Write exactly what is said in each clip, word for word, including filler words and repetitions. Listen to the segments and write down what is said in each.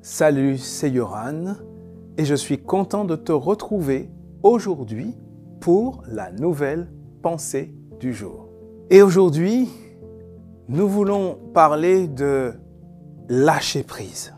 Salut, c'est Yoran et je suis content de te retrouver aujourd'hui pour la nouvelle pensée du jour. Et aujourd'hui, nous voulons parler de lâcher prise.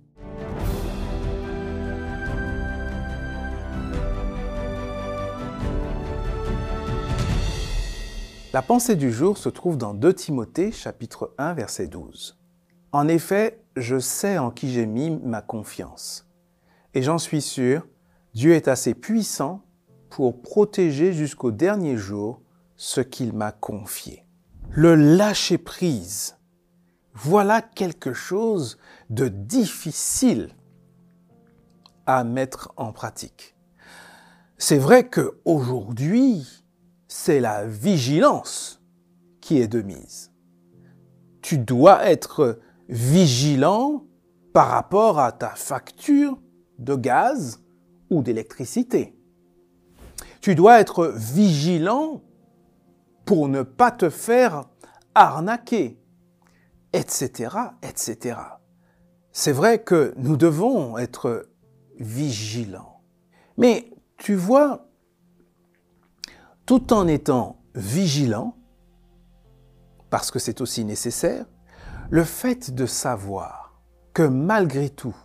La pensée du jour se trouve dans deux Timothée, chapitre un, verset douze. En effet, je sais en qui j'ai mis ma confiance. Et j'en suis sûr, Dieu est assez puissant pour protéger jusqu'au dernier jour ce qu'il m'a confié. Le lâcher-prise, voilà quelque chose de difficile à mettre en pratique. C'est vrai qu'aujourd'hui, c'est la vigilance qui est de mise. Tu dois être vigilant par rapport à ta facture de gaz ou d'électricité. Tu dois être vigilant pour ne pas te faire arnaquer, et cetera, et cetera. C'est vrai que nous devons être vigilants. Mais tu vois, tout en étant vigilant, parce que c'est aussi nécessaire, le fait de savoir que malgré tout,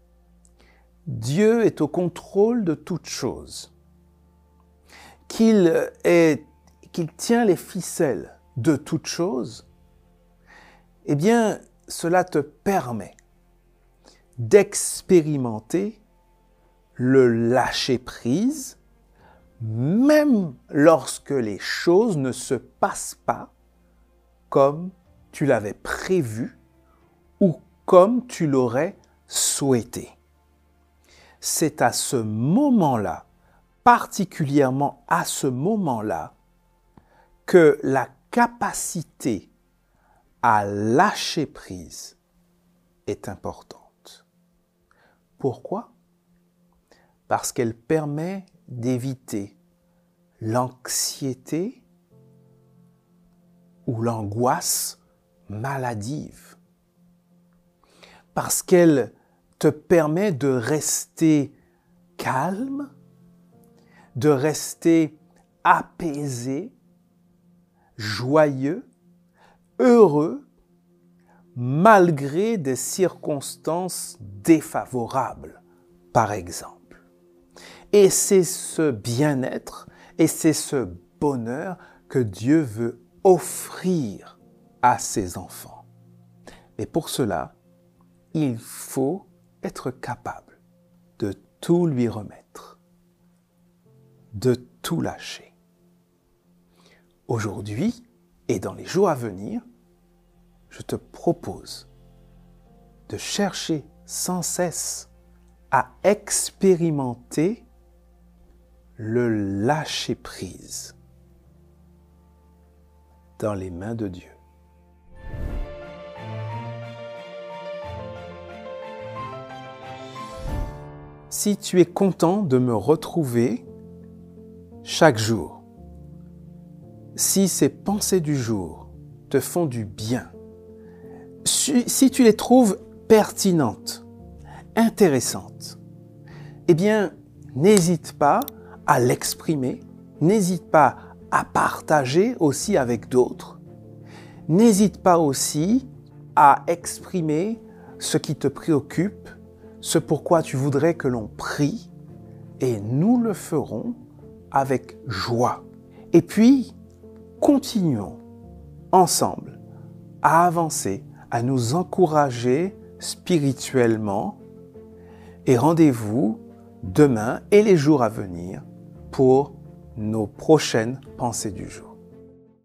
Dieu est au contrôle de toutes choses, qu'il est, qu'il tient les ficelles de toutes choses, eh bien, cela te permet d'expérimenter le lâcher-prise, même lorsque les choses ne se passent pas comme tu l'avais prévu ou comme tu l'aurais souhaité. C'est à ce moment-là, particulièrement à ce moment-là, que la capacité à lâcher prise est importante. Pourquoi? Parce qu'elle permet d'éviter l'anxiété ou l'angoisse maladive. Parce qu'elle te permet de rester calme, de rester apaisé, joyeux, heureux, malgré des circonstances défavorables, par exemple. Et c'est ce bien-être et c'est ce bonheur que Dieu veut offrir à ses enfants. Mais pour cela, il faut être capable de tout lui remettre, de tout lâcher. Aujourd'hui et dans les jours à venir, je te propose de chercher sans cesse à expérimenter le lâcher-prise dans les mains de Dieu. Si tu es content de me retrouver chaque jour, si ces pensées du jour te font du bien, si tu les trouves pertinentes, intéressantes, eh bien, n'hésite pas à l'exprimer, n'hésite pas à partager aussi avec d'autres. N'hésite pas aussi à exprimer ce qui te préoccupe, ce pourquoi tu voudrais que l'on prie, et nous le ferons avec joie. Et puis, continuons ensemble à avancer, à nous encourager spirituellement, et rendez-vous demain et les jours à venir pour nos prochaines pensées du jour.